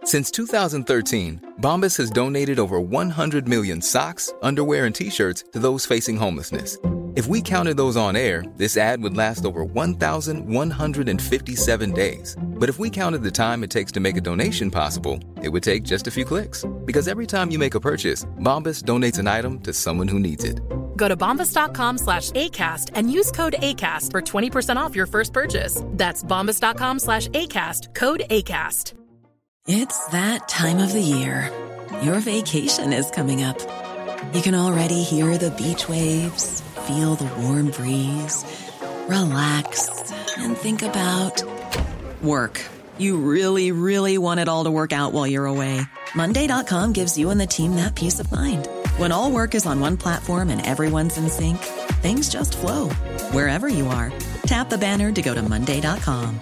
Since 2013, Bombas has donated over 100 million socks, underwear, and T-shirts to those facing homelessness. If we counted those on air, this ad would last over 1,157 days. But if we counted the time it takes to make a donation possible, it would take just a few clicks. Because every time you make a purchase, Bombas donates an item to someone who needs it. Go to bombas.com/ACAST and use code ACAST for 20% off your first purchase. That's bombas.com/ACAST, code ACAST. It's that time of the year. Your vacation is coming up. You can already hear the beach waves, feel the warm breeze, relax, and think about work. You really, really want it all to work out while you're away. Monday.com gives you and the team that peace of mind. When all work is on one platform and everyone's in sync, things just flow. Wherever you are, tap the banner to go to Monday.com.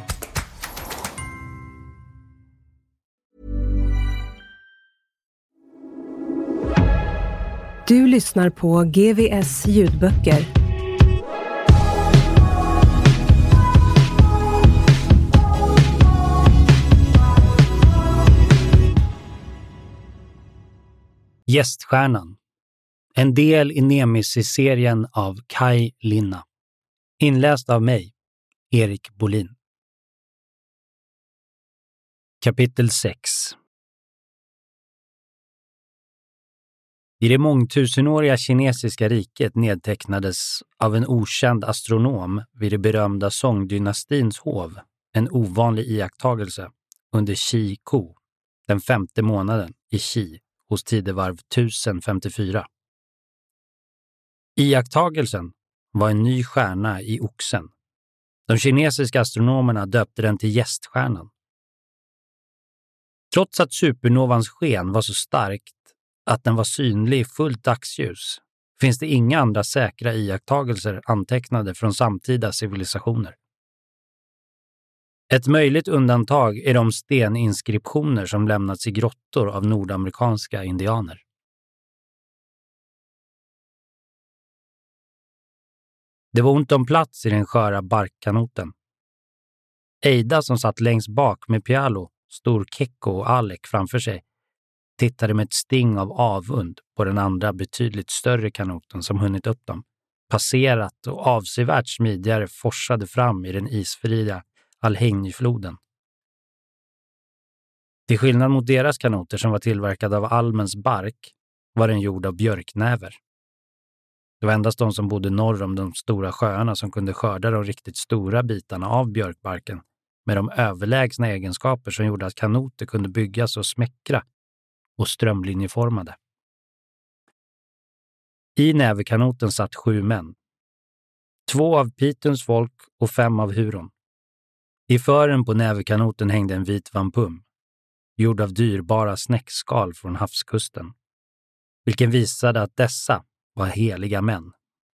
Du lyssnar på GVS ljudböcker. Gäststjärnan. En del i Nemesis-serien av Kai Linna. Inläst av mig, Erik Bolin. Kapitel 6. I det mångtusenåriga kinesiska riket nedtecknades av en okänd astronom vid det berömda Song-dynastins hov en ovanlig iakttagelse under Qi Ku, den 5:e månaden i Qi hos tidevarv 1054. Iakttagelsen var en ny stjärna i Oxen. De kinesiska astronomerna döpte den till Gäststjärnan. Trots att supernovans sken var så starkt att den var synlig i fullt dagsljus finns det inga andra säkra iakttagelser antecknade från samtida civilisationer. Ett möjligt undantag är de steninskriptioner som lämnats i grottor av nordamerikanska indianer. Det var ont om plats i den sköra barkkanoten. Eida, som satt längst bak med Pialo, Stor Kekko och Alec framför sig, tittade med ett sting av avund på den andra betydligt större kanoten som hunnit upp dem, passerat och avsevärt smidigare forsade fram i den isfria Alhengifloden. Till skillnad mot deras kanoter som var tillverkade av almens bark var den gjord av björknäver. Det var endast de som bodde norr om de stora sjöarna som kunde skörda de riktigt stora bitarna av björkbarken med de överlägsna egenskaper som gjorde att kanoter kunde byggas och smäckra och strömlinjeformade. I näverkanoten satt 7 män. 2 av Pituns folk och 5 av Huron. I fören på näverkanoten hängde en vit vampum, gjord av dyrbara snäckskal från havskusten, vilken visade att dessa var heliga män.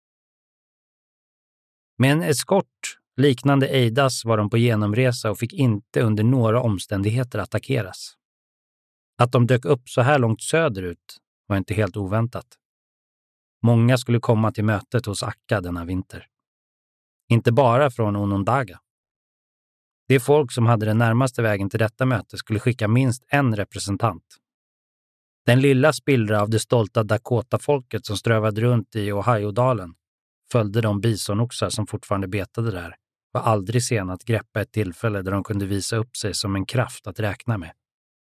Med en eskort liknande Eidas var de på genomresa och fick inte under några omständigheter attackeras. Att de dök upp så här långt söderut var inte helt oväntat. Många skulle komma till mötet hos Akka denna vinter. Inte bara från Onondaga. Det folk som hade den närmaste vägen till detta möte skulle skicka minst en representant. Den lilla spillra av det stolta Dakota-folket som strövade runt i Ohiodalen följde de bisonoxar som fortfarande betade där, var aldrig sena att greppa ett tillfälle där de kunde visa upp sig som en kraft att räkna med.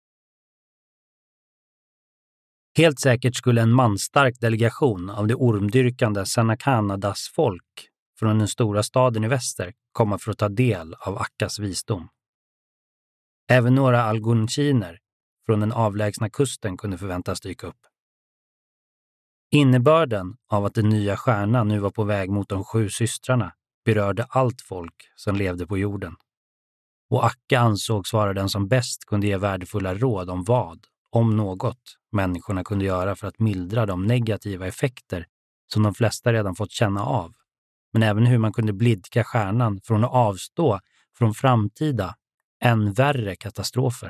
Helt säkert skulle en manstark delegation av det ormdyrkande Sanakanadas folk från den stora staden i väster komma för att ta del av Akkas visdom. Även några algonchiner från den avlägsna kusten kunde förväntas dyka upp. Innebörden av att den nya stjärnan nu var på väg mot de 7 systrarna berörde allt folk som levde på jorden. Och Akka ansågs vara den som bäst kunde ge värdefulla råd om vad, om något, människorna kunde göra för att mildra de negativa effekter som de flesta redan fått känna av, men även hur man kunde blidka stjärnan från att avstå från framtida, än värre katastrofer.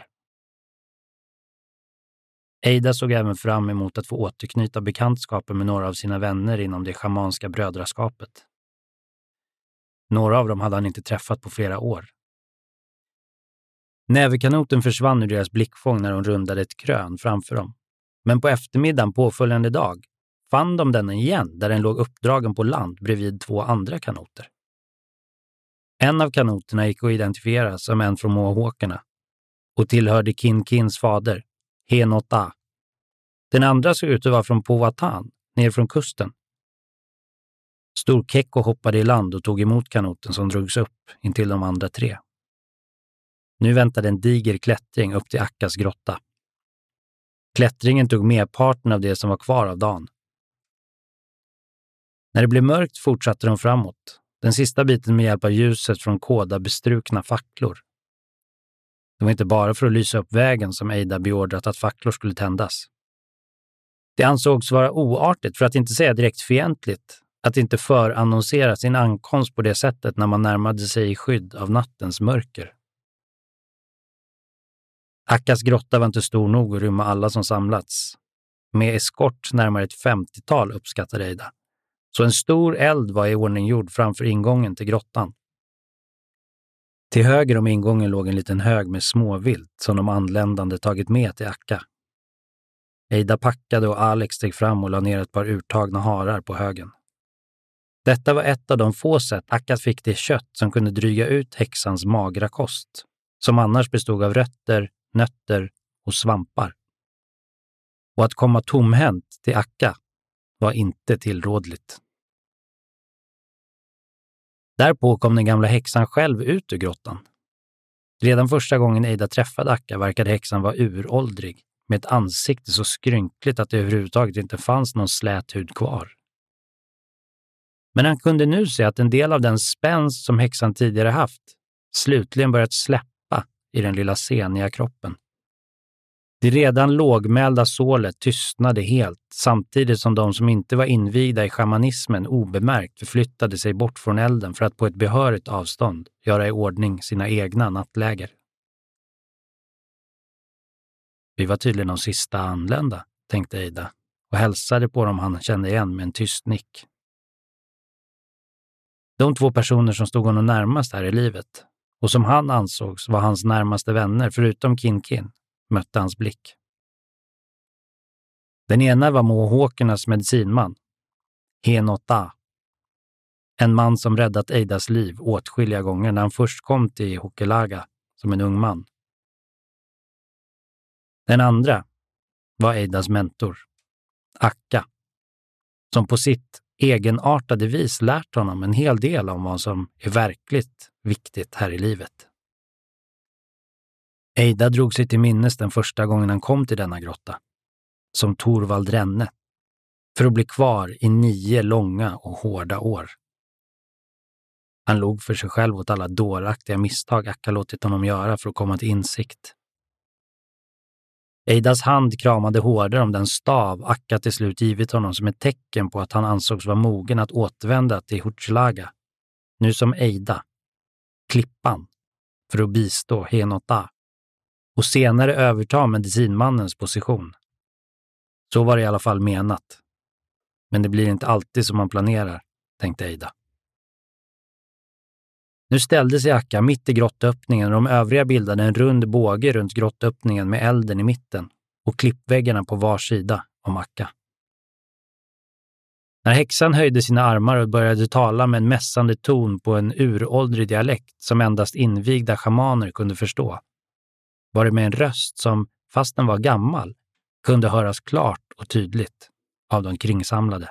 Eida såg även fram emot att få återknyta bekantskapen med några av sina vänner inom det schamanska brödraskapet. Några av dem hade han inte träffat på flera år. Näverkanoten försvann ur deras blickfång när de rundade ett krön framför dem. Men på eftermiddagen påföljande dag fann de den igen där den låg uppdragen på land bredvid 2 andra kanoter. En av kanoterna gick att identifiera som en från Mohawkerna och tillhörde Kins fader, Henota. Den andra såg ut att vara från Powhatan, ner från kusten. Stor Kekko hoppade i land och tog emot kanoten som drogs upp intill de andra 3. Nu väntade en diger klättring upp till Akkas grotta. Klättringen tog merparten av det som var kvar av dagen. När det blev mörkt fortsatte de framåt, den sista biten med hjälp av ljuset från kåda bestrukna facklor. Det var inte bara för att lysa upp vägen som Ada beordrat att facklor skulle tändas. Det ansågs vara oartigt, för att inte säga direkt fientligt, att inte förannonsera sin ankomst på det sättet när man närmade sig i skydd av nattens mörker. Akkas grotta var inte stor nog att rymma alla som samlats. Med eskort närmare ett 50-tal uppskattade Ada. Så en stor eld var i ordning gjord framför ingången till grottan. Till höger om ingången låg en liten hög med småvilt som de anländande tagit med till Akka. Ada packade och Alex steg fram och la ner ett par urtagna harar på högen. Detta var ett av de få sätt Akka fick det kött som kunde dryga ut häxans magra kost, som annars bestod av rötter, nötter och svampar. Och att komma tomhänt till Akka var inte tillrådligt. Därpå kom den gamla häxan själv ut ur grottan. Redan första gången Ada träffade Akka verkade häxan vara uråldrig, med ett ansikte så skrynkligt att det överhuvudtaget inte fanns någon slät hud kvar. Men han kunde nu se att en del av den spänst som häxan tidigare haft slutligen börjat släppa i den lilla seniga kroppen. Det redan lågmälda sålet tystnade helt, samtidigt som de som inte var invigda i shamanismen obemärkt förflyttade sig bort från elden för att på ett behörigt avstånd göra i ordning sina egna nattläger. Vi var tydligen de sista anlända, tänkte Ada, och hälsade på dem han kände igen med en tyst nick. De 2 personer som stod honom närmast här i livet, och som han ansågs var hans närmaste vänner förutom Kin, mötte hans blick. Den ena var Mohawkernas medicinman, Henota. En man som räddat Adas liv åtskilliga gånger när han först kom till Hochelaga som en ung man. Den andra var Adas mentor, Akka, som på sitt egenartade vis lärt honom en hel del om vad som är verkligt viktigt här i livet. Ada drog sig till minnes den första gången han kom till denna grotta, som Torvald Renne, för att bli kvar i 9 långa och hårda år. Han log för sig själv åt alla dåraktiga misstag Akka låtit honom göra för att komma till insikt. Adas hand kramade hårdare om den stav Akka till slut givit honom som ett tecken på att han ansågs vara mogen att återvända till Hochelaga, nu som Ada, klippan, för att bistå Henota och senare överta medicinmannens position. Så var det i alla fall menat. Men det blir inte alltid som man planerar, tänkte Ada. Nu ställde sig Akka mitt i grottöppningen och de övriga bildade en rund båge runt grottöppningen med elden i mitten och klippväggarna på var sida om Akka. När häxan höjde sina armar och började tala med en mässande ton på en uråldrig dialekt som endast invigda schamaner kunde förstå, var det med en röst som, fast den var gammal, kunde höras klart och tydligt av de kringsamlade.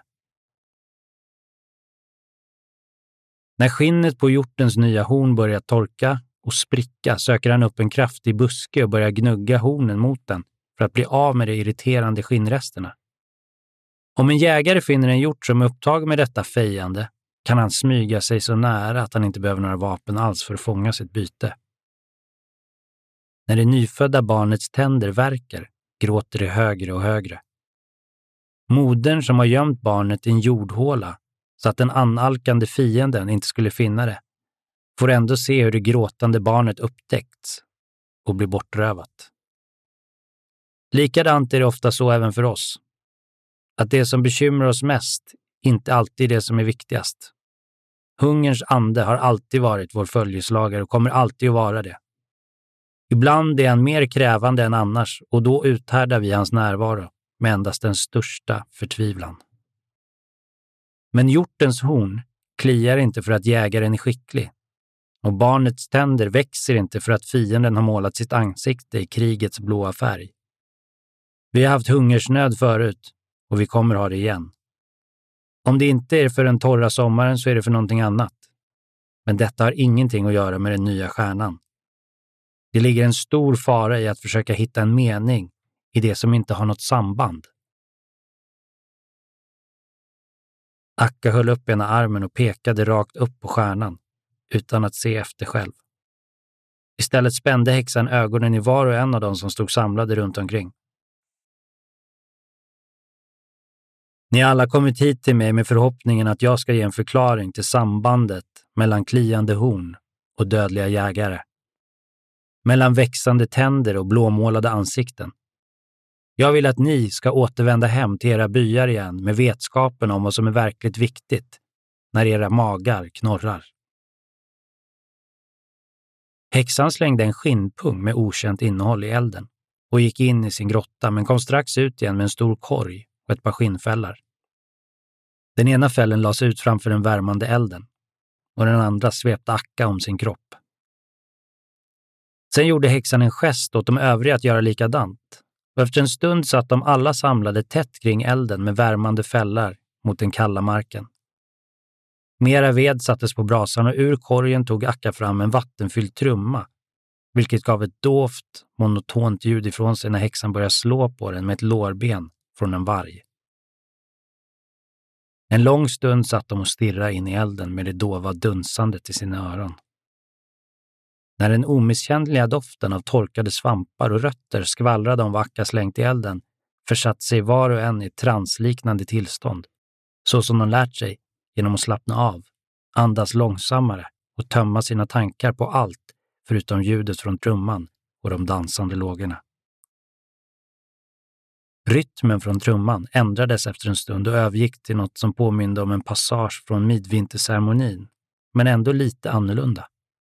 När skinnet på hjortens nya horn börjar torka och spricka söker han upp en kraftig buske och börjar gnugga hornen mot den för att bli av med de irriterande skinnresterna. Om en jägare finner en hjort som är upptagen med detta fejande kan han smyga sig så nära att han inte behöver några vapen alls för att fånga sitt byte. När det nyfödda barnets tänder värker gråter det högre och högre. Modern som har gömt barnet i en jordhåla så att den analkande fienden inte skulle finna det, får ändå se hur det gråtande barnet upptäckts och blir bortrövat. Likadant är det ofta så även för oss. Att det som bekymrar oss mest inte alltid är det som är viktigast. Hungerns ande har alltid varit vår följeslagare och kommer alltid att vara det. Ibland är han mer krävande än annars och då uthärdar vi hans närvaro med endast den största förtvivlan. Men hjortens horn kliar inte för att jägaren är skicklig och barnets tänder växer inte för att fienden har målat sitt ansikte i krigets blåa färg. Vi har haft hungersnöd förut och vi kommer ha det igen. Om det inte är för den torra sommaren så är det för någonting annat. Men detta har ingenting att göra med den nya stjärnan. Det ligger en stor fara i att försöka hitta en mening i det som inte har något samband. Akka höll upp ena armen och pekade rakt upp på stjärnan, utan att se efter själv. Istället spände häxan ögonen i var och en av dem som stod samlade runt omkring. Ni har alla kommit hit till mig med förhoppningen att jag ska ge en förklaring till sambandet mellan kliande horn och dödliga jägare. Mellan växande tänder och blåmålade ansikten. Jag vill att ni ska återvända hem till era byar igen med vetskapen om vad som är verkligt viktigt när era magar knorrar. Häxan slängde en skinnpung med okänt innehåll i elden och gick in i sin grotta men kom strax ut igen med en stor korg och ett par skinnfällar. Den ena fällen lades ut framför den värmande elden och den andra svepte Akka om sin kropp. Sen gjorde häxan en gest åt de övriga att göra likadant och efter en stund satt de alla samlade tätt kring elden med värmande fällar mot den kalla marken. Mera ved sattes på brasan och ur korgen tog Akka fram en vattenfylld trumma, vilket gav ett dovt, monotont ljud ifrån sig när häxan började slå på den med ett lårben från en varg. En lång stund satt de och stirrade in i elden med det dova dunsandet i sina öron. När den omisskännliga doften av torkade svampar och rötter skvallrade om vad Akka slängt i elden försatt sig var och en i ett transliknande tillstånd, så som de lärt sig genom att slappna av, andas långsammare och tömma sina tankar på allt förutom ljudet från trumman och de dansande lågorna. Rytmen från trumman ändrades efter en stund och övergick till något som påminde om en passage från midvinterceremonin, men ändå lite annorlunda.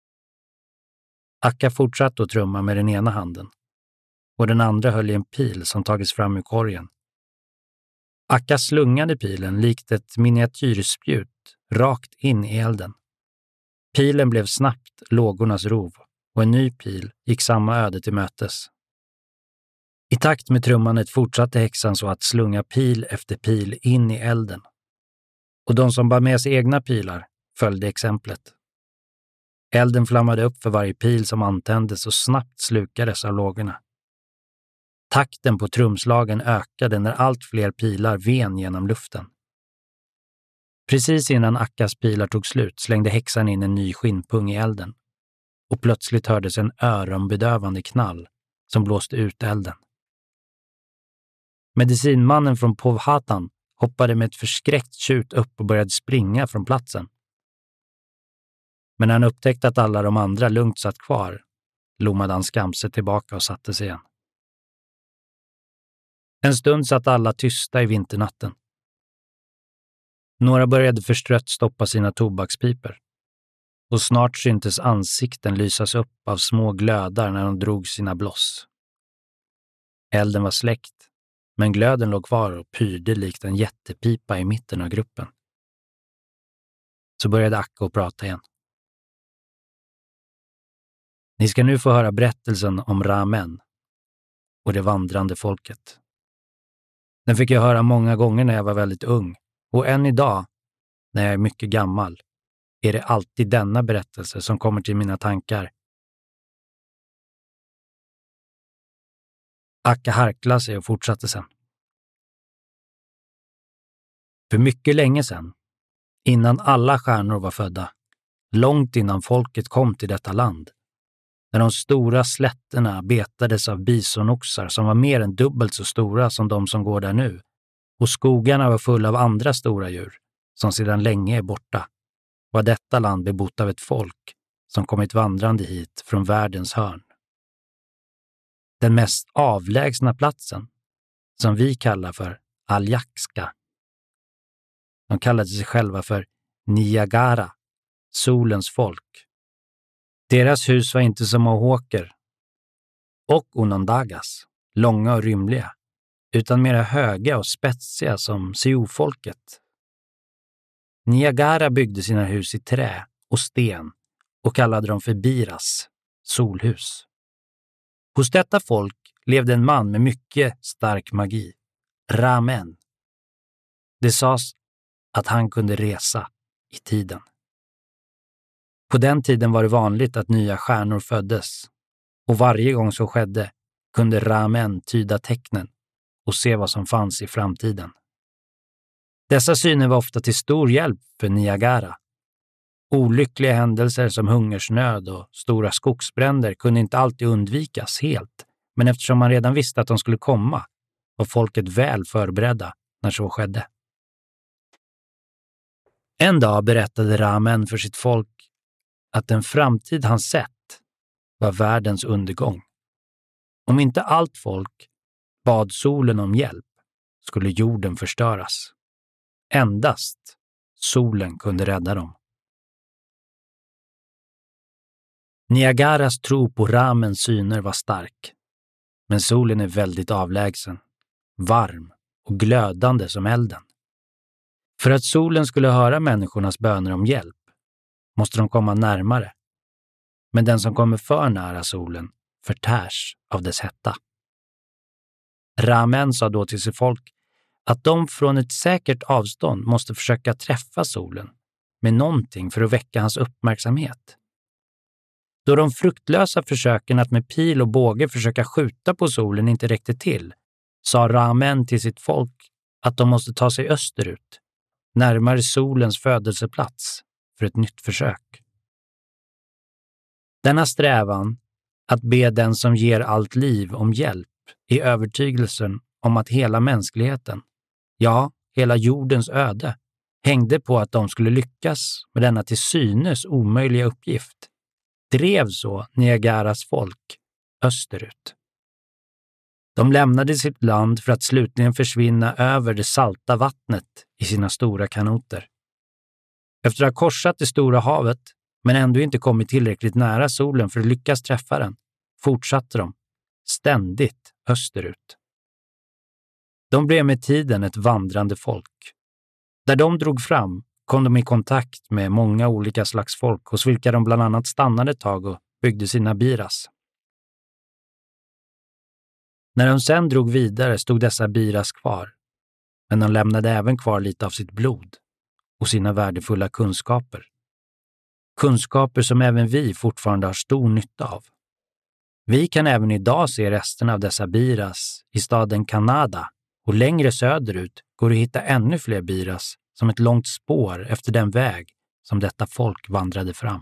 Akka fortsatte att trumma med den ena handen och den andra höll i en pil som tagits fram ur korgen. Akka slungade pilen likt ett miniatyrspjut rakt in i elden. Pilen blev snabbt lågornas rov och en ny pil gick samma öde till mötes. I takt med trummandet fortsatte häxan så att slunga pil efter pil in i elden. Och de som bar med sig egna pilar följde exemplet. Elden flammade upp för varje pil som antändes och snabbt slukades av lågorna. Takten på trumslagen ökade när allt fler pilar ven genom luften. Precis innan Akkas pilar tog slut slängde häxan in en ny skinnpung i elden. Och plötsligt hördes en öronbedövande knall som blåste ut elden. Medicinmannen från Povhatan hoppade med ett förskräckt tjut upp och började springa från platsen. Men när han upptäckte att alla de andra lugnt satt kvar, lommade han skamset tillbaka och satte sig igen. En stund satt alla tysta i vinternatten. Några började förstrött stoppa sina tobakspipor. Och snart syntes ansikten lysas upp av små glödar när de drog sina bloss. Elden var släckt, men glöden låg kvar och pyrde likt en jättepipa i mitten av gruppen. Så började Akka att prata igen. Ni ska nu få höra berättelsen om Ramen och det vandrande folket. Den fick jag höra många gånger när jag var väldigt ung och än idag, när jag är mycket gammal, är det alltid denna berättelse som kommer till mina tankar. Akka harklade sig och fortsatte sen. För mycket länge sedan, innan alla stjärnor var födda, långt innan folket kom till detta land, när de stora slätterna betades av bisonoxar som var mer än dubbelt så stora som de som går där nu, och skogarna var fulla av andra stora djur som sedan länge är borta, var detta land bebott av ett folk som kommit vandrande hit från världens hörn. Den mest avlägsna platsen, som vi kallar för Aljakska. De kallade sig själva för Niagara, solens folk. Deras hus var inte som Mohawker, och Onondagas, långa och rymliga, utan mera höga och spetsiga som Sioux-folket. Niagara byggde sina hus i trä och sten och kallade dem för biras, solhus. Hos detta folk levde en man med mycket stark magi, Ra-Men. Det sades att han kunde resa i tiden. På den tiden var det vanligt att nya stjärnor föddes, och varje gång så skedde kunde Ra-Men tyda tecknen och se vad som fanns i framtiden. Dessa syner var ofta till stor hjälp för Niagara. Olyckliga händelser som hungersnöd och stora skogsbränder kunde inte alltid undvikas helt, men eftersom man redan visste att de skulle komma var folket väl förberedda när så skedde. En dag berättade Ra-Men för sitt folk att den framtid han sett var världens undergång. Om inte allt folk bad solen om hjälp skulle jorden förstöras. Endast solen kunde rädda dem. Niagaras tro på Ra-Mens syner var stark, men solen är väldigt avlägsen, varm och glödande som elden. För att solen skulle höra människornas böner om hjälp måste de komma närmare, men den som kommer för nära solen förtärs av dess hetta. Ra-Men sa då till sitt folk att de från ett säkert avstånd måste försöka träffa solen med någonting för att väcka hans uppmärksamhet. Då de fruktlösa försöken att med pil och båge försöka skjuta på solen inte räckte till, sa Ra-Men till sitt folk att de måste ta sig österut, närmare solens födelseplats, för ett nytt försök. Denna strävan att be den som ger allt liv om hjälp i övertygelsen om att hela mänskligheten, ja, hela jordens öde, hängde på att de skulle lyckas med denna till synes omöjliga uppgift, drev så Niagaras folk österut. De lämnade sitt land för att slutligen försvinna över det salta vattnet i sina stora kanoter. Efter att ha korsat det stora havet, men ändå inte kommit tillräckligt nära solen för att lyckas träffa den, fortsatte de ständigt österut. De blev med tiden ett vandrande folk. Där de drog fram kom de i kontakt med många olika slags folk hos vilka de bland annat stannade ett tag och byggde sina biras. När de sedan drog vidare stod dessa biras kvar, men de lämnade även kvar lite av sitt blod och sina värdefulla kunskaper. Kunskaper som även vi fortfarande har stor nytta av. Vi kan även idag se resterna av dessa biras i staden Kanada, och längre söderut går det att hitta ännu fler biras som ett långt spår efter den väg som detta folk vandrade fram.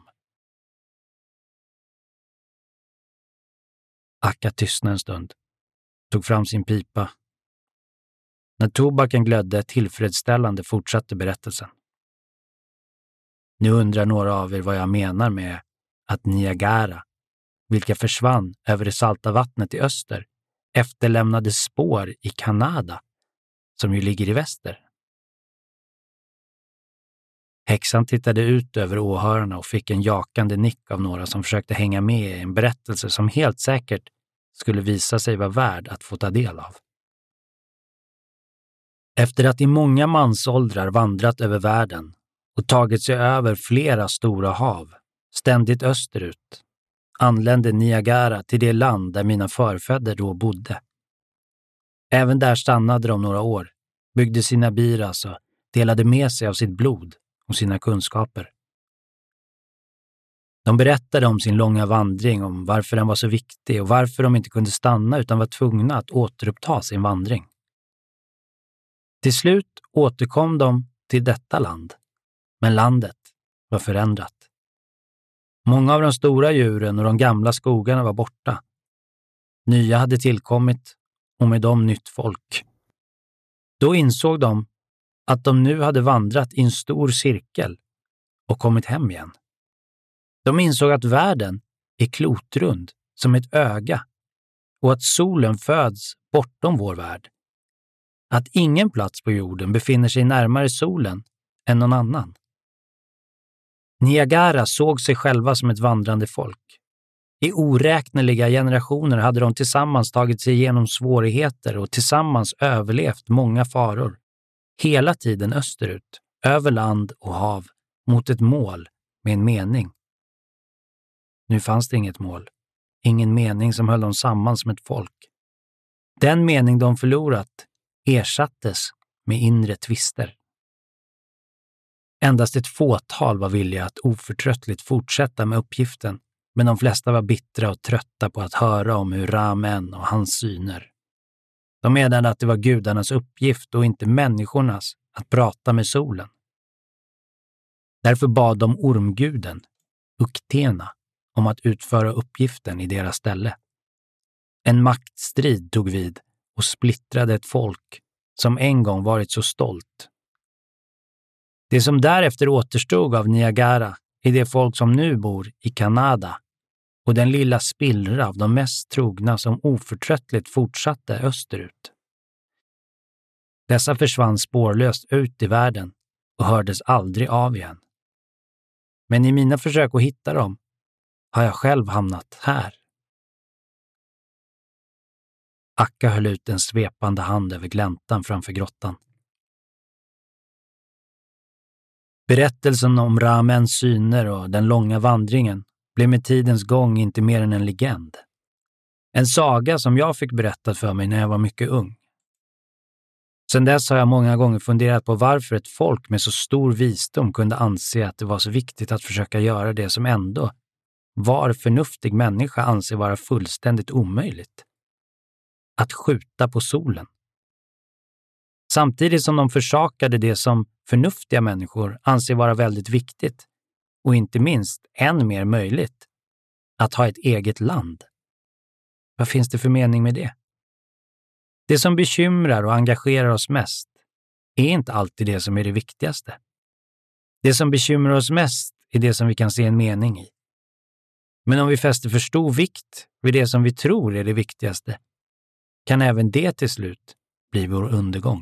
Akka tystnade en stund, tog fram sin pipa. När tobaken glödde tillfredsställande fortsatte berättelsen. Nu undrar några av er vad jag menar med att Niagara, vilka försvann över det salta vattnet i öster, efterlämnade spår i Kanada, som ju ligger i väster. Häxan tittade ut över åhörarna och fick en jakande nick av några som försökte hänga med i en berättelse som helt säkert skulle visa sig vara värd att få ta del av. Efter att i många mansåldrar vandrat över världen och tagit sig över flera stora hav, ständigt österut, anlände Niagara till det land där mina förfäder då bodde. Även där stannade de några år, byggde sina biras och delade med sig av sitt blod och sina kunskaper. De berättade om sin långa vandring, om varför den var så viktig och varför de inte kunde stanna utan var tvungna att återuppta sin vandring. Till slut återkom de till detta land, men landet var förändrat. Många av de stora djuren och de gamla skogarna var borta. Nya hade tillkommit och med dem nytt folk. Då insåg de att de nu hade vandrat i en stor cirkel och kommit hem igen. De insåg att världen är klotrund som ett öga och att solen föds bortom vår värld. Att ingen plats på jorden befinner sig närmare solen än någon annan. Niagara såg sig själva som ett vandrande folk. I oräkneliga generationer hade de tillsammans tagit sig igenom svårigheter och tillsammans överlevt många faror. Hela tiden österut, över land och hav, mot ett mål med en mening. Nu fanns det inget mål, ingen mening som höll dem samman som ett folk. Den mening de förlorat ersattes med inre tvister. Endast ett fåtal var villiga att oförtröttligt fortsätta med uppgiften, men de flesta var bittra och trötta på att höra om hur Ramen och hans syner. De menade att det var gudarnas uppgift och inte människornas att prata med solen. Därför bad de ormguden, Uktena, om att utföra uppgiften i deras ställe. En maktstrid tog vid och splittrade ett folk som en gång varit så stolt. Det som därefter återstod av Niagara är det folk som nu bor i Kanada och den lilla spillra av de mest trogna som oförtröttligt fortsatte österut. Dessa försvann spårlöst ut i världen och hördes aldrig av igen. Men i mina försök att hitta dem har jag själv hamnat här. Akka höll ut en svepande hand över gläntan framför grottan. Berättelsen om Ramens syner och den långa vandringen blev med tidens gång inte mer än en legend. En saga som jag fick berättat för mig när jag var mycket ung. Sedan dess har jag många gånger funderat på varför ett folk med så stor visdom kunde anse att det var så viktigt att försöka göra det som ändå var förnuftig människa anser vara fullständigt omöjligt. Att skjuta på solen. Samtidigt som de försakade det som förnuftiga människor anser vara väldigt viktigt och inte minst än mer möjligt, att ha ett eget land. Vad finns det för mening med det? Det som bekymrar och engagerar oss mest är inte alltid det som är det viktigaste. Det som bekymrar oss mest är det som vi kan se en mening i. Men om vi fäster för stor vikt vid det som vi tror är det viktigaste, kan även det till slut bli vår undergång.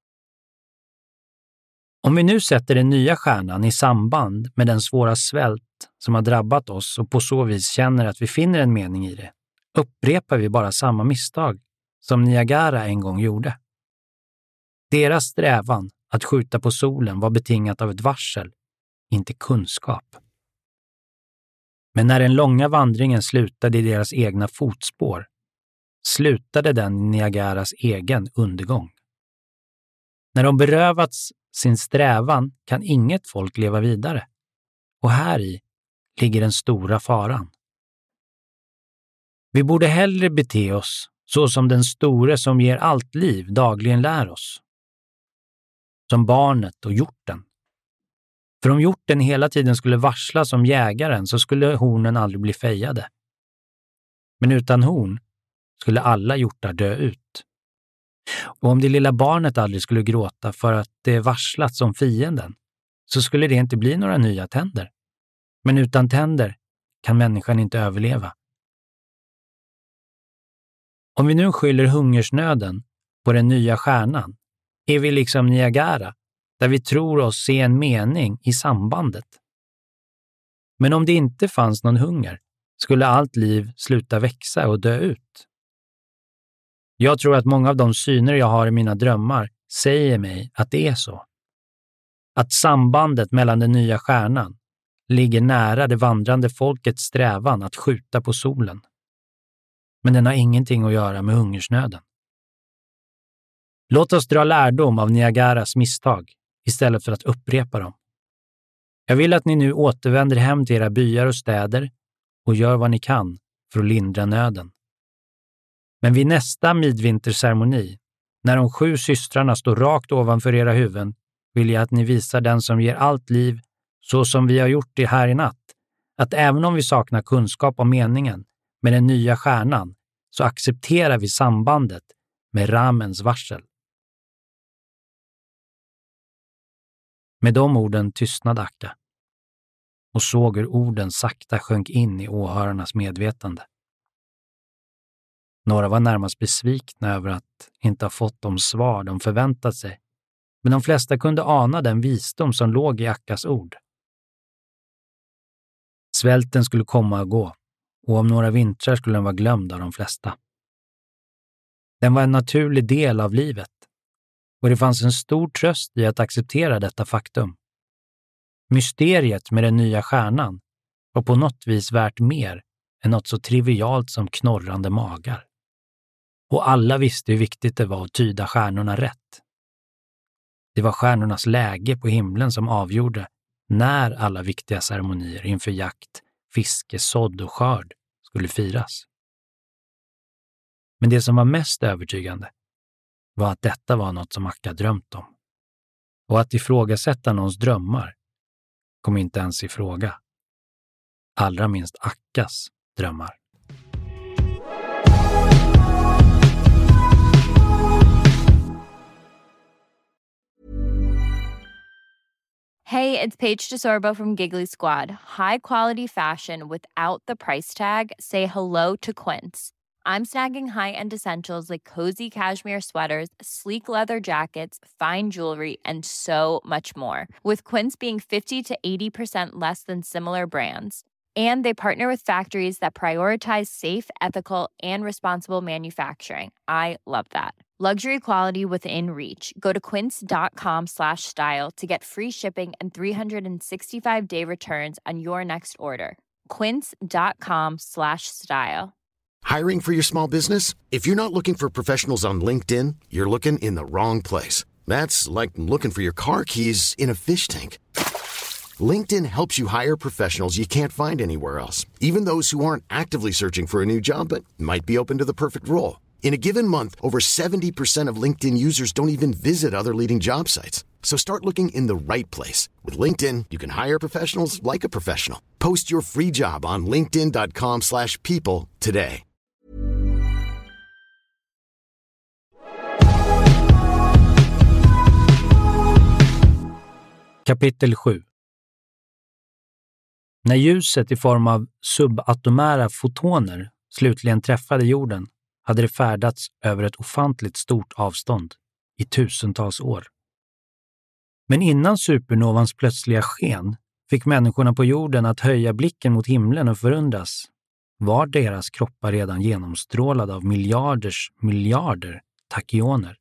Om vi nu sätter den nya stjärnan i samband med den svåra svält som har drabbat oss och på så vis känner att vi finner en mening i det, upprepar vi bara samma misstag som Niagara en gång gjorde. Deras strävan att skjuta på solen var betingat av ett varsel, inte kunskap. Men när den långa vandringen slutade i deras egna fotspår, slutade den i Niagaras egen undergång. När de berövats sin strävan kan inget folk leva vidare. Och här i ligger den stora faran. Vi borde hellre bete oss så som den store som ger allt liv dagligen lär oss. Som barnet och hjorten. För om hjorten hela tiden skulle varsla som jägaren så skulle hornen aldrig bli fejade. Men utan horn skulle alla hjortar dö ut. Och om det lilla barnet aldrig skulle gråta för att det varslat som fienden så skulle det inte bli några nya tänder. Men utan tänder kan människan inte överleva. Om vi nu skyller hungersnöden på den nya stjärnan är vi liksom Niagara, där vi tror oss se en mening i sambandet. Men om det inte fanns någon hunger skulle allt liv sluta växa och dö ut. Jag tror att många av de syner jag har i mina drömmar säger mig att det är så. Att sambandet mellan den nya stjärnan ligger nära det vandrande folkets strävan att skjuta på solen. Men den har ingenting att göra med hungersnöden. Låt oss dra lärdom av Niagaras misstag istället för att upprepa dem. Jag vill att ni nu återvänder hem till era byar och städer och gör vad ni kan för att lindra nöden. Men vid nästa midvinterceremoni, när de 7 systrarna står rakt ovanför era huvuden, vill jag att ni visar den som ger allt liv, så som vi har gjort det här i natt, att även om vi saknar kunskap om meningen med den nya stjärnan, så accepterar vi sambandet med Ramens varsel. Med de orden tystnade Akka och såg hur orden sakta sjönk in i åhörarnas medvetande. Några var närmast besvikna över att inte ha fått de svar de förväntat sig, men de flesta kunde ana den visdom som låg i Akkas ord. Svälten skulle komma och gå, och om några vintrar skulle den vara glömd av de flesta. Den var en naturlig del av livet och det fanns en stor tröst i att acceptera detta faktum. Mysteriet med den nya stjärnan var på något vis värt mer än något så trivialt som knorrande magar. Och alla visste hur viktigt det var att tyda stjärnorna rätt. Det var stjärnornas läge på himlen som avgjorde när alla viktiga ceremonier inför jakt, fiske, sådd och skörd skulle firas. Men det som var mest övertygande var att detta var något som Akka drömt om. Och att ifrågasätta någons drömmar kom inte ens i fråga. Allra minst Akkas drömmar. Hey, it's Paige DeSorbo from Giggly Squad. High quality fashion without the price tag. Say hello to Quince. I'm snagging high-end essentials like cozy cashmere sweaters, sleek leather jackets, fine jewelry, and so much more. With Quince being 50 to 80% less than similar brands. And they partner with factories that prioritize safe, ethical, and responsible manufacturing. I love that. Luxury quality within reach. Go to quince.com/style to get free shipping and 365-day returns on your next order. Quince.com/style. Hiring for your small business? If you're not looking for professionals on LinkedIn, you're looking in the wrong place. That's like looking for your car keys in a fish tank. LinkedIn helps you hire professionals you can't find anywhere else, even those who aren't actively searching for a new job but might be open to the perfect role. In a given month, over 70% of LinkedIn users don't even visit other leading job sites. So start looking in the right place. With LinkedIn, you can hire professionals like a professional. Post your free job on linkedin.com/people today. Kapitel 7. När ljuset i form av subatomära fotoner slutligen träffade jorden hade det färdats över ett ofantligt stort avstånd i tusentals år. Men innan supernovans plötsliga sken fick människorna på jorden att höja blicken mot himlen och förundras. Var deras kroppar redan genomstrålade av miljarder tachyoner?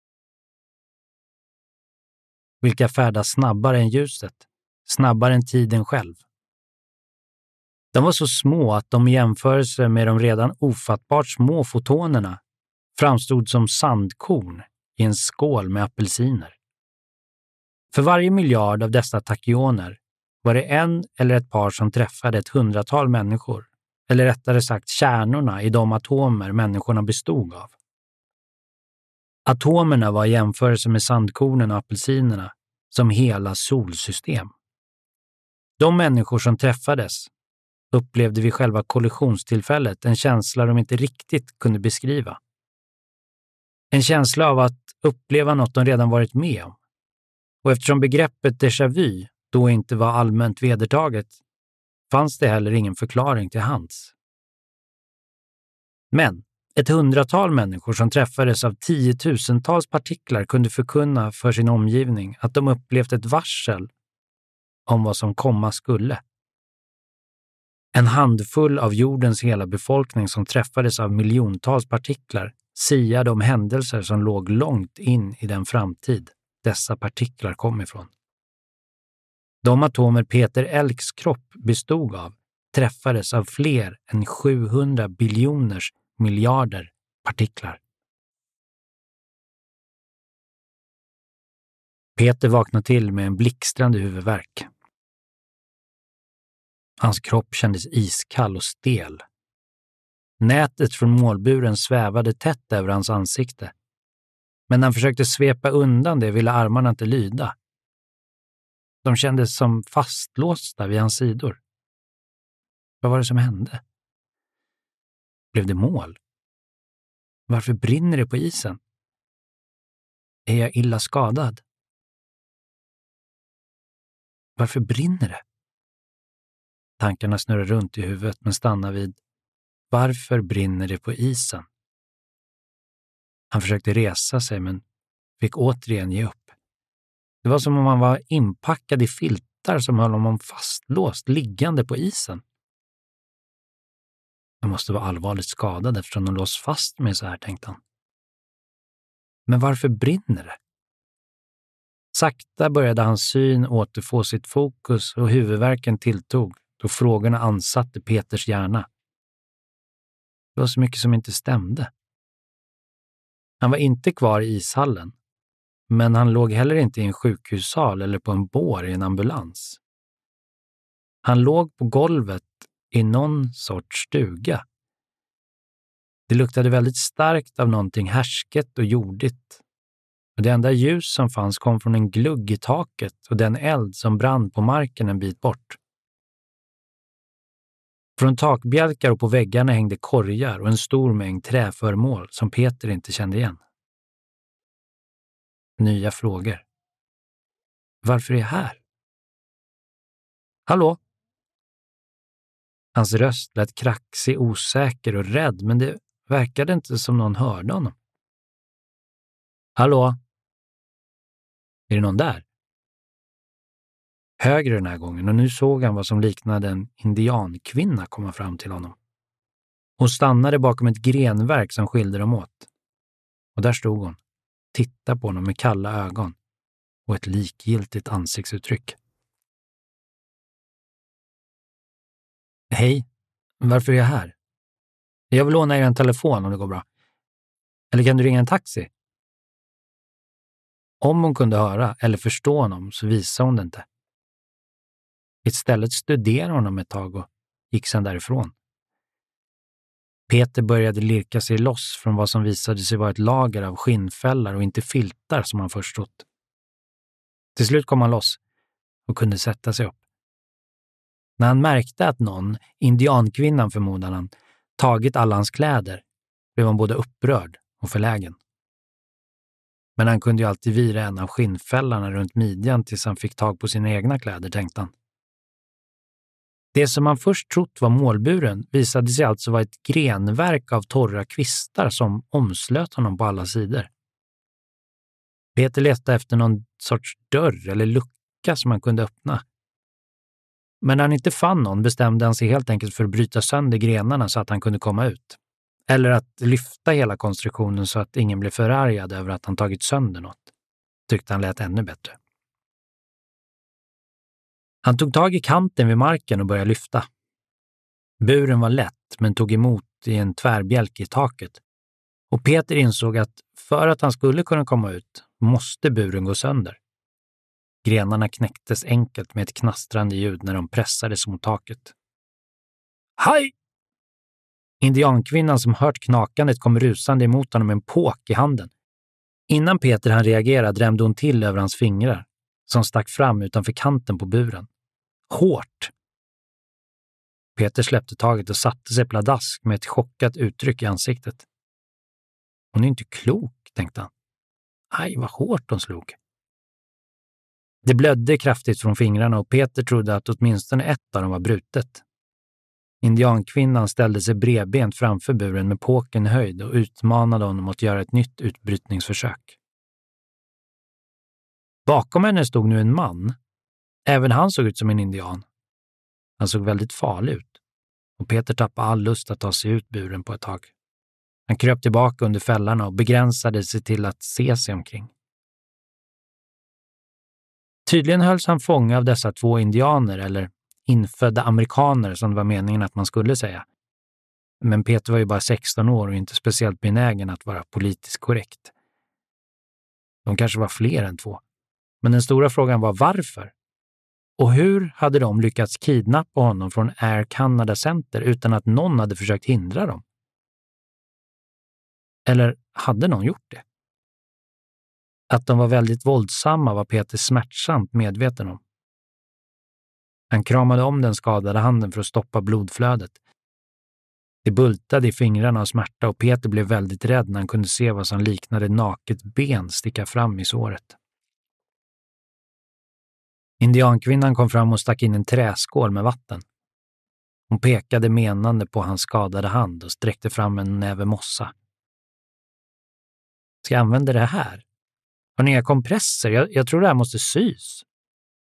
Vilka färdas snabbare än ljuset, snabbare än tiden själv. De var så små att de i jämförelse med de redan ofattbart små fotonerna framstod som sandkorn i en skål med apelsiner. För varje miljard av dessa tachyoner var det en eller ett par som träffade ett 100-tal människor, eller rättare sagt kärnorna i de atomer människorna bestod av. Atomerna var i jämförelse med sandkornen och apelsinerna som hela solsystem. De människor som träffades upplevde vid själva kollisionstillfället en känsla de inte riktigt kunde beskriva. En känsla av att uppleva något de redan varit med om. Och eftersom begreppet déjà vu då inte var allmänt vedertaget fanns det heller ingen förklaring till hands. Men ett 100-tal människor som träffades av 10 000-tals partiklar kunde förkunna för sin omgivning att de upplevt ett varsel om vad som komma skulle. En handfull av jordens hela befolkning som träffades av miljontals partiklar siade om händelser som låg långt in i den framtid dessa partiklar kom ifrån. De atomer Peter Elks kropp bestod av träffades av fler än 700 biljoners miljarder partiklar. Peter vaknade till med en blixtrande huvudvärk. Hans kropp kändes iskall och stel. Nätet från målburen svävade tätt över hans ansikte. Men när han försökte svepa undan det ville armarna inte lyda. De kändes som fastlåsta vid hans sidor. Vad var det som hände? Blev det mål? Varför brinner det på isen? Är jag illa skadad? Varför brinner det? Tankarna snurrar runt i huvudet men stannar vid varför brinner det på isen? Han försökte resa sig men fick återigen ge upp. Det var som om han var inpackad i filtar som höll honom fastlåst liggande på isen. Jag måste vara allvarligt skadad eftersom de låst fast mig så här, tänkte han. Men varför brinner det? Sakta började hans syn återfå sitt fokus och huvudvärken tilltog då frågorna ansatte Peters hjärna. Det var så mycket som inte stämde. Han var inte kvar i ishallen, men han låg heller inte i en sjukhussal eller på en bår i en ambulans. Han låg på golvet i någon sorts stuga. Det luktade väldigt starkt av någonting härsket och jordigt. Och det enda ljus som fanns kom från en glugg i taket och den eld som brann på marken en bit bort. Från takbjälkar och på väggarna hängde korgar och en stor mängd träföremål som Peter inte kände igen. Nya frågor. Varför är jag här? Hallå? Hans röst lät kraxig, osäker och rädd, men det verkade inte som någon hörde honom. Hallå? Är det någon där? Högre den här gången, och nu såg han vad som liknade en indiankvinna komma fram till honom. Hon stannade bakom ett grenverk som skilde dem åt. Och där stod hon, tittade på honom med kalla ögon och ett likgiltigt ansiktsuttryck. Hej, varför är jag här? Jag vill låna er en telefon om det går bra. Eller kan du ringa en taxi? Om hon kunde höra eller förstå honom så visade hon det inte. Istället studerade honom ett tag och gick sedan därifrån. Peter började lirka sig loss från vad som visade sig vara ett lager av skinnfällar och inte filtar som han först trott. Till slut kom han loss och kunde sätta sig upp. När han märkte att någon, indiankvinnan förmodade han, tagit alla hans kläder blev han både upprörd och förlägen. Men han kunde ju alltid vira en av skinnfällarna runt midjan tills han fick tag på sina egna kläder, tänkte han. Det som han först trott var målburen visade sig alltså vara ett grenverk av torra kvistar som omslöt honom på alla sidor. Peter letade efter någon sorts dörr eller lucka som han kunde öppna. Men när han inte fann någon bestämde han sig helt enkelt för att bryta sönder grenarna så att han kunde komma ut. Eller att lyfta hela konstruktionen så att ingen blev förargad över att han tagit sönder något. Tyckte han lät ännu bättre. Han tog tag i kanten vid marken och började lyfta. Buren var lätt men tog emot i en tvärbjälk i taket. Och Peter insåg att för att han skulle kunna komma ut måste buren gå sönder. Grenarna knäcktes enkelt med ett knastrande ljud när de pressades mot taket. Hej! Indiankvinnan som hört knakandet kom rusande emot honom med en påk i handen. Innan Peter han reagerade drämde hon till över hans fingrar som stack fram utanför kanten på buren. Hårt! Peter släppte taget och satte sig pladask med ett chockat uttryck i ansiktet. Hon är inte klok, tänkte han. Aj, vad hårt hon slog. Det blödde kraftigt från fingrarna och Peter trodde att åtminstone ett av dem var brutet. Indiankvinnan ställde sig bredbent framför buren med påken höjd och utmanade honom att göra ett nytt utbrytningsförsök. Bakom henne stod nu en man. Även han såg ut som en indian. Han såg väldigt farlig ut och Peter tappade all lust att ta sig ut buren på ett tag. Han kröp tillbaka under fällarna och begränsade sig till att se sig omkring. Tydligen hölls han fånga av dessa två indianer eller infödda amerikaner som det var meningen att man skulle säga. Men Peter var ju bara 16 år och inte speciellt benägen att vara politiskt korrekt. De kanske var fler än två. Men den stora frågan var varför? Och hur hade de lyckats kidnappa honom från Air Canada Center utan att någon hade försökt hindra dem? Eller hade någon gjort det? Att de var väldigt våldsamma var Peter smärtsamt medveten om. Han kramade om den skadade handen för att stoppa blodflödet. Det bultade i fingrarna av smärta och Peter blev väldigt rädd när han kunde se vad som liknade naket ben sticka fram i såret. Indiankvinnan kom fram och stack in en träskål med vatten. Hon pekade menande på hans skadade hand och sträckte fram en näve mossa. Ska jag använda det här? Har ni inga kompresser? Jag tror det här måste sys.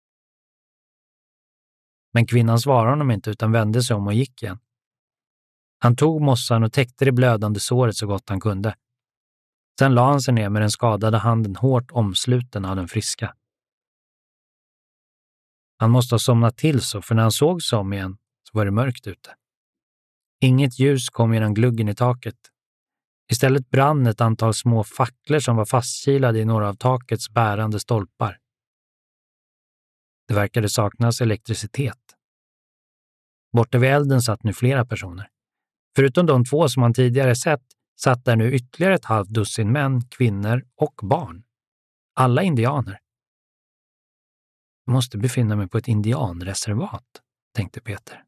Men kvinnan svarade honom inte utan vände sig om och gick igen. Han tog mossan och täckte det blödande såret så gott han kunde. Sen la han sig ner med den skadade handen hårt omsluten av den friska. Han måste ha somnat till så, för när han såg sig om igen så var det mörkt ute. Inget ljus kom genom gluggen i taket. Istället brann ett antal små facklor som var fastkilade i några av takets bärande stolpar. Det verkade saknas elektricitet. Borta vid elden satt nu flera personer. Förutom de 2 som han tidigare sett satt där nu ytterligare ett halvt dussin män, kvinnor och barn. Alla indianer. Jag måste befinna mig på ett indianreservat, tänkte Peter.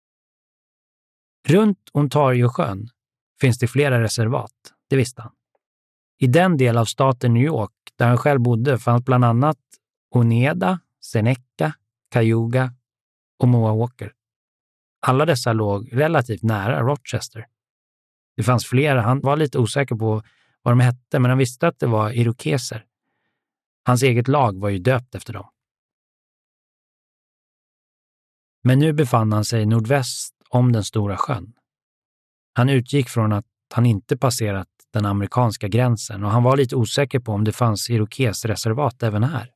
Runt Ontariosjön finns det flera reservat, det visste han. I den del av staten New York där han själv bodde fanns bland annat Oneida, Seneca, Cayuga och Mohawker. Alla dessa låg relativt nära Rochester. Det fanns flera, han var lite osäker på vad de hette, men han visste att det var irokeser. Hans eget lag var ju döpt efter dem. Men nu befann han sig nordväst om den stora sjön. Han utgick från att han inte passerat den amerikanska gränsen och han var lite osäker på om det fanns irokesreservat även här.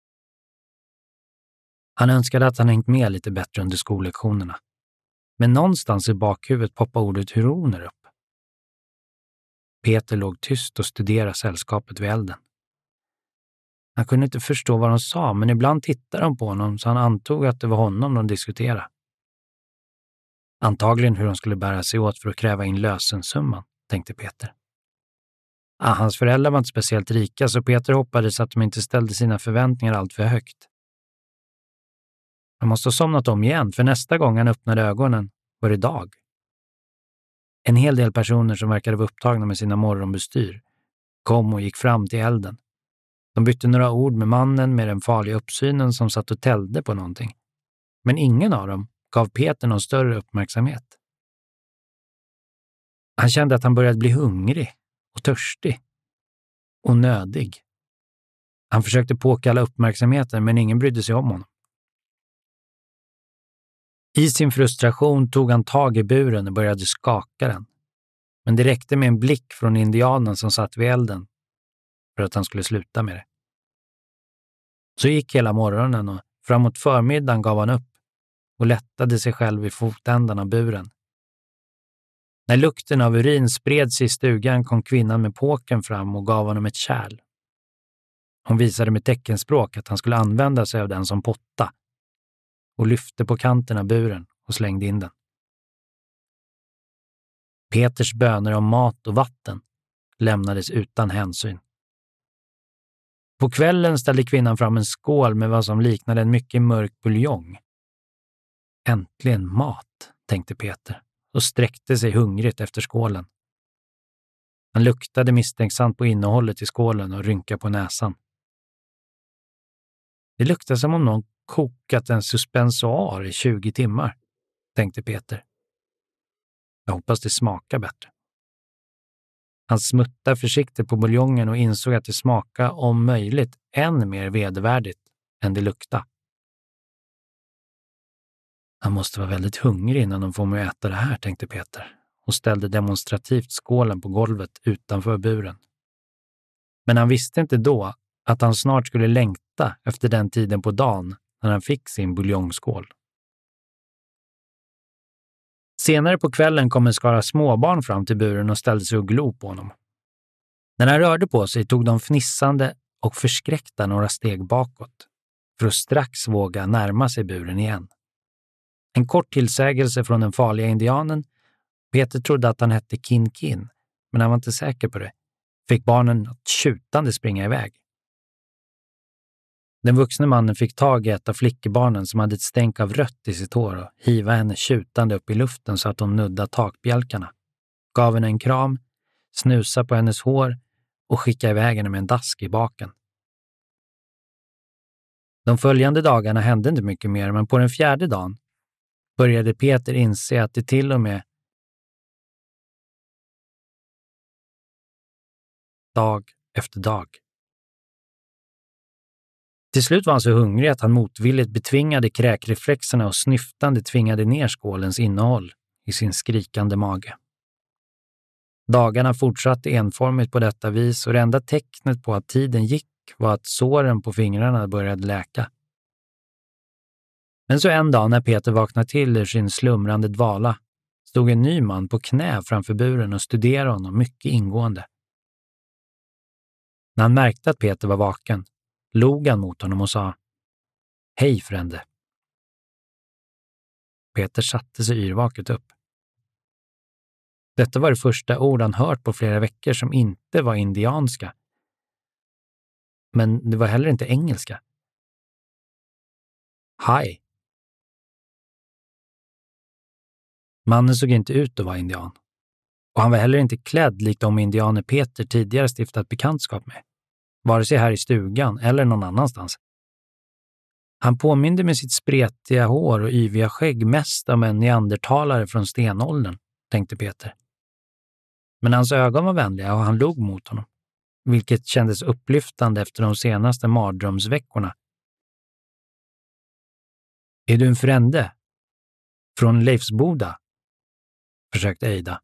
Han önskade att han hängt med lite bättre under skollektionerna. Men någonstans i bakhuvudet poppade ordet huroner upp. Peter låg tyst och studerade sällskapet vid elden. Han kunde inte förstå vad de sa, men ibland tittade de på honom så han antog att det var honom de diskuterade. Antagligen hur de skulle bära sig åt för att kräva in lösensumman, tänkte Peter. Hans föräldrar var inte speciellt rika, så Peter hoppades att de inte ställde sina förväntningar allt för högt. Han måste ha somnat om igen, för nästa gång han öppnade ögonen var det dag. En hel del personer som verkade vara upptagna med sina morgonbestyr kom och gick fram till elden. De bytte några ord med mannen med den farliga uppsynen som satt och tällde på någonting. Men ingen av dem gav Peter någon större uppmärksamhet. Han kände att han började bli hungrig och törstig och nödig. Han försökte påkalla uppmärksamheten, men ingen brydde sig om honom. I sin frustration tog han tag i buren och började skaka den. Men det räckte med en blick från indianen som satt vid elden för att han skulle sluta med det. Så gick hela morgonen och framåt förmiddagen gav han upp och lättade sig själv i fotändan av buren. När lukten av urin spreds i stugan kom kvinnan med påken fram och gav honom ett kärl. Hon visade med teckenspråk att han skulle använda sig av den som potta och lyfte på kanten av buren och slängde in den. Peters böner om mat och vatten lämnades utan hänsyn. På kvällen ställde kvinnan fram en skål med vad som liknade en mycket mörk buljong. Äntligen mat, tänkte Peter och sträckte sig hungrigt efter skålen. Han luktade misstänksamt på innehållet i skålen och rynkade på näsan. Det luktade som om någon kokat en suspensoar i 20 timmar, tänkte Peter. Jag hoppas det smakar bättre. Han smuttade försiktigt på buljongen och insåg att det smakade om möjligt än mer vedervärdigt än det luktade. Han måste vara väldigt hungrig innan de får mig att äta det här, tänkte Peter och ställde demonstrativt skålen på golvet utanför buren. Men han visste inte då att han snart skulle längta efter den tiden på dagen när han fick sin buljongskål. Senare på kvällen kom en skara småbarn fram till buren och ställde sig och glod på honom. När han rörde på sig tog de fnissande och förskräckta några steg bakåt för att strax våga närma sig buren igen. En kort tillsägelse från den farliga indianen. Peter trodde att han hette Kin, men han var inte säker på det. Fick barnen att tjutande springa iväg. Den vuxne mannen fick tag i ett av flickebarnen som hade ett stänk av rött i sitt hår och hiva henne tjutande upp i luften så att hon nuddade takbjälkarna. Gav henne en kram, snusa på hennes hår och skickade iväg henne med en dask i baken. De följande dagarna hände inte mycket mer, men på den 4:e dagen började Peter inse att det till och med dag efter dag. Till slut var han så hungrig att han motvilligt betvingade kräkreflexerna och snyftande tvingade ner skålens innehåll i sin skrikande mage. Dagarna fortsatte enformigt på detta vis och det enda tecknet på att tiden gick var att såren på fingrarna började läka. Men så en dag när Peter vaknade till ur sin slumrande dvala stod en ny man på knä framför buren och studerade honom mycket ingående. När han märkte att Peter var vaken log han mot honom och sa: "Hej, frände." Peter satte sig yrvaket upp. Detta var det första ord han hört på flera veckor som inte var indianska. Men det var heller inte engelska. Hi. Mannen såg inte ut att vara indian. Och han var heller inte klädd likt de indianer Peter tidigare stiftat bekantskap med. Vare sig här i stugan eller någon annanstans. Han påminde med sitt spretiga hår och yviga skägg mest om en neandertalare från stenåldern, tänkte Peter. Men hans ögon var vänliga och han log mot honom, vilket kändes upplyftande efter de senaste mardrömsveckorna. "Är du en frände? Från Leifsboda?" försökte Eida.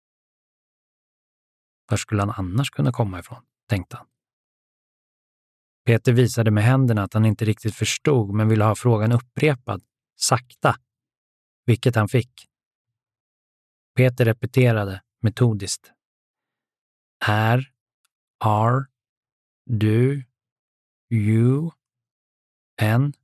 Var skulle han annars kunna komma ifrån, tänkte han. Peter visade med händerna att han inte riktigt förstod men ville ha frågan upprepad, sakta, vilket han fick. Peter repeterade metodiskt. Are, du, you, en,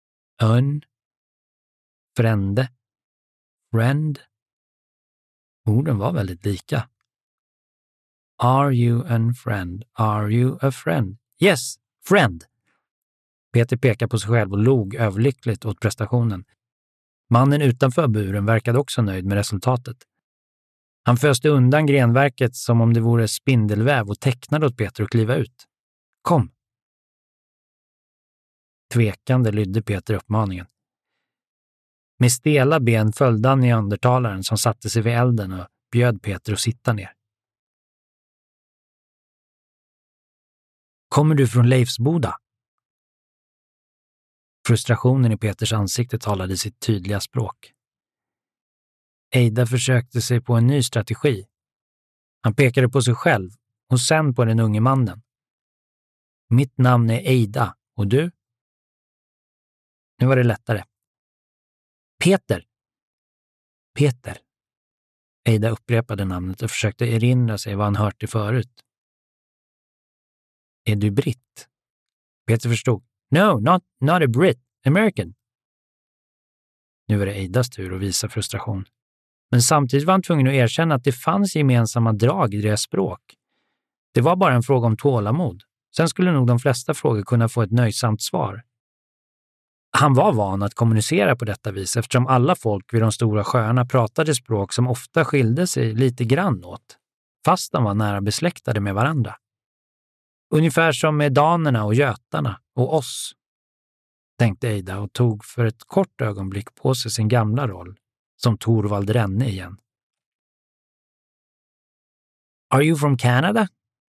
frände, friend. Orden var väldigt lika. Are you a friend? Are you a friend? Yes, friend. Peter pekade på sig själv och log överlyckligt åt prestationen. Mannen utanför buren verkade också nöjd med resultatet. Han föste undan grenverket som om det vore spindelväv och tecknade åt Peter att kliva ut. Kom! Tvekande lydde Peter uppmaningen. Med stela ben följde han neandertalaren som satte sig vid elden och bjöd Peter att sitta ner. Kommer du från Leifsboda? Frustrationen i Peters ansikte talade sitt tydliga språk. Eida försökte sig på en ny strategi. Han pekade på sig själv och sen på den unge mannen. Mitt namn är Eida, och du? Nu var det lättare. Peter. Peter. Eida upprepade namnet och försökte erinra sig vad han hört det förut. Är du britt? Peter förstod. No, not a Brit. American. Nu var det Eidas tur att visa frustration. Men samtidigt var han tvungen att erkänna att det fanns gemensamma drag i deras språk. Det var bara en fråga om tålamod. Sen skulle nog de flesta frågor kunna få ett nöjsamt svar. Han var van att kommunicera på detta vis eftersom alla folk vid de stora sjöarna pratade språk som ofta skilde sig lite grann åt, fast de var nära besläktade med varandra. Ungefär som med danerna och götarna och oss, tänkte Eida och tog för ett kort ögonblick på sig sin gamla roll som Torvald Renne igen. Are you from Canada?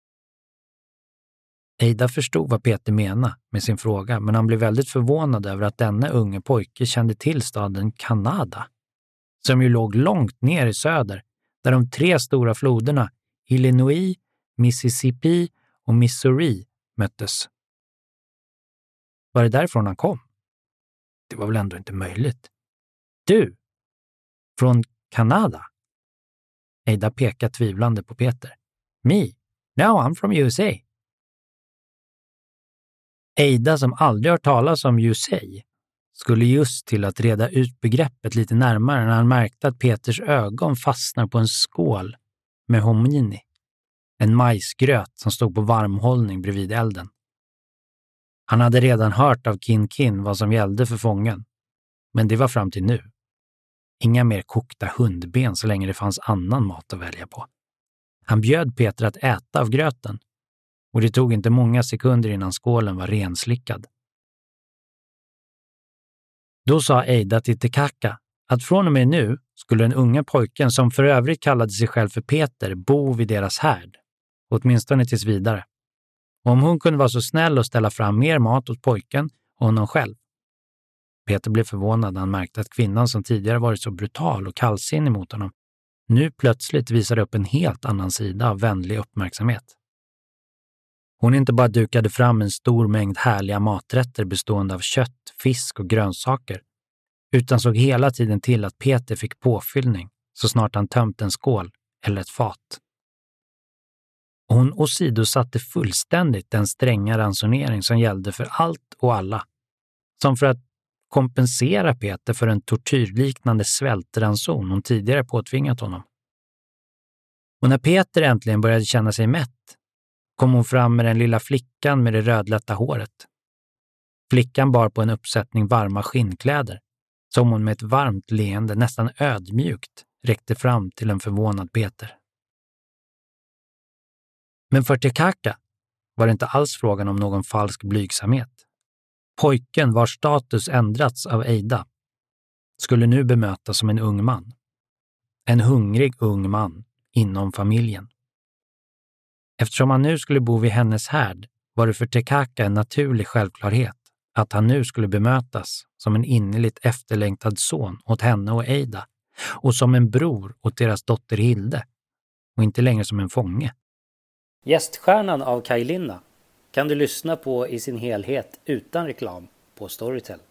Eida förstod vad Peter menade med sin fråga, men han blev väldigt förvånad över att denna unge pojke kände till staden Kanada, som ju låg långt ner i söder, där de 3 stora floderna Illinois, Mississippi och Missouri möttes. Var det därifrån han kom? Det var väl ändå inte möjligt. Du! Från Kanada? Eida pekade tvivlande på Peter. Me? No, I'm from USA. Eida, som aldrig hört talas om USA, skulle just till att reda ut begreppet lite närmare när han märkte att Peters ögon fastnar på en skål med hominy, en majsgröt som stod på varmhållning bredvid elden. Han hade redan hört av Kin vad som gällde för fången, men det var fram till nu. Inga mer kokta hundben så länge det fanns annan mat att välja på. Han bjöd Peter att äta av gröten, och det tog inte många sekunder innan skålen var renslickad. Då sa Eida till Tekaka att från och med nu skulle den unga pojken, som för övrigt kallade sig själv för Peter, bo vid deras härd, åtminstone tills vidare. Och om hon kunde vara så snäll och ställa fram mer mat åt pojken och honom själv. Peter blev förvånad när han märkte att kvinnan som tidigare varit så brutal och kallsinnig mot honom nu plötsligt visade upp en helt annan sida av vänlig uppmärksamhet. Hon inte bara dukade fram en stor mängd härliga maträtter bestående av kött, fisk och grönsaker, utan såg hela tiden till att Peter fick påfyllning så snart han tömt en skål eller ett fat. Hon åsidosatte fullständigt den stränga ransonering som gällde för allt och alla, som för att kompensera Peter för en tortyrliknande svältranson hon tidigare påtvingat honom. Och när Peter äntligen började känna sig mätt kom hon fram med den lilla flickan med det rödlätta håret. Flickan bar på en uppsättning varma skinnkläder som hon med ett varmt leende nästan ödmjukt räckte fram till en förvånad Peter. Men för Tekaka var det inte alls frågan om någon falsk blygsamhet. Pojken vars status ändrats av Eida skulle nu bemötas som en ung man. En hungrig ung man inom familjen. Eftersom han nu skulle bo vid hennes härd var det för Tekaka en naturlig självklarhet att han nu skulle bemötas som en innerligt efterlängtad son åt henne och Eida och som en bror åt deras dotter Hilde och inte längre som en fånge. Gäststjärnan av Kaj Linna kan du lyssna på i sin helhet utan reklam på Storytel.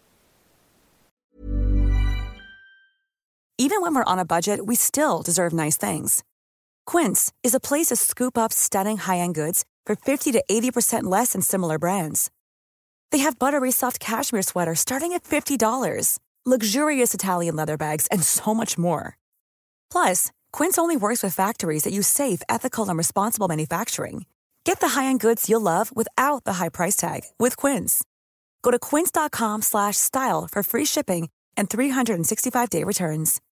Even when we're on a budget, we still deserve nice things. Quince is a place to scoop up stunning high-end goods for 50 to 80% less than similar brands. They have buttery soft cashmere sweaters starting at $50, luxurious Italian leather bags, and so much more. Plus, Quince only works with factories that use safe, ethical, and responsible manufacturing. Get the high-end goods you'll love without the high price tag with Quince. Go to quince.com/style for free shipping and 365-day returns.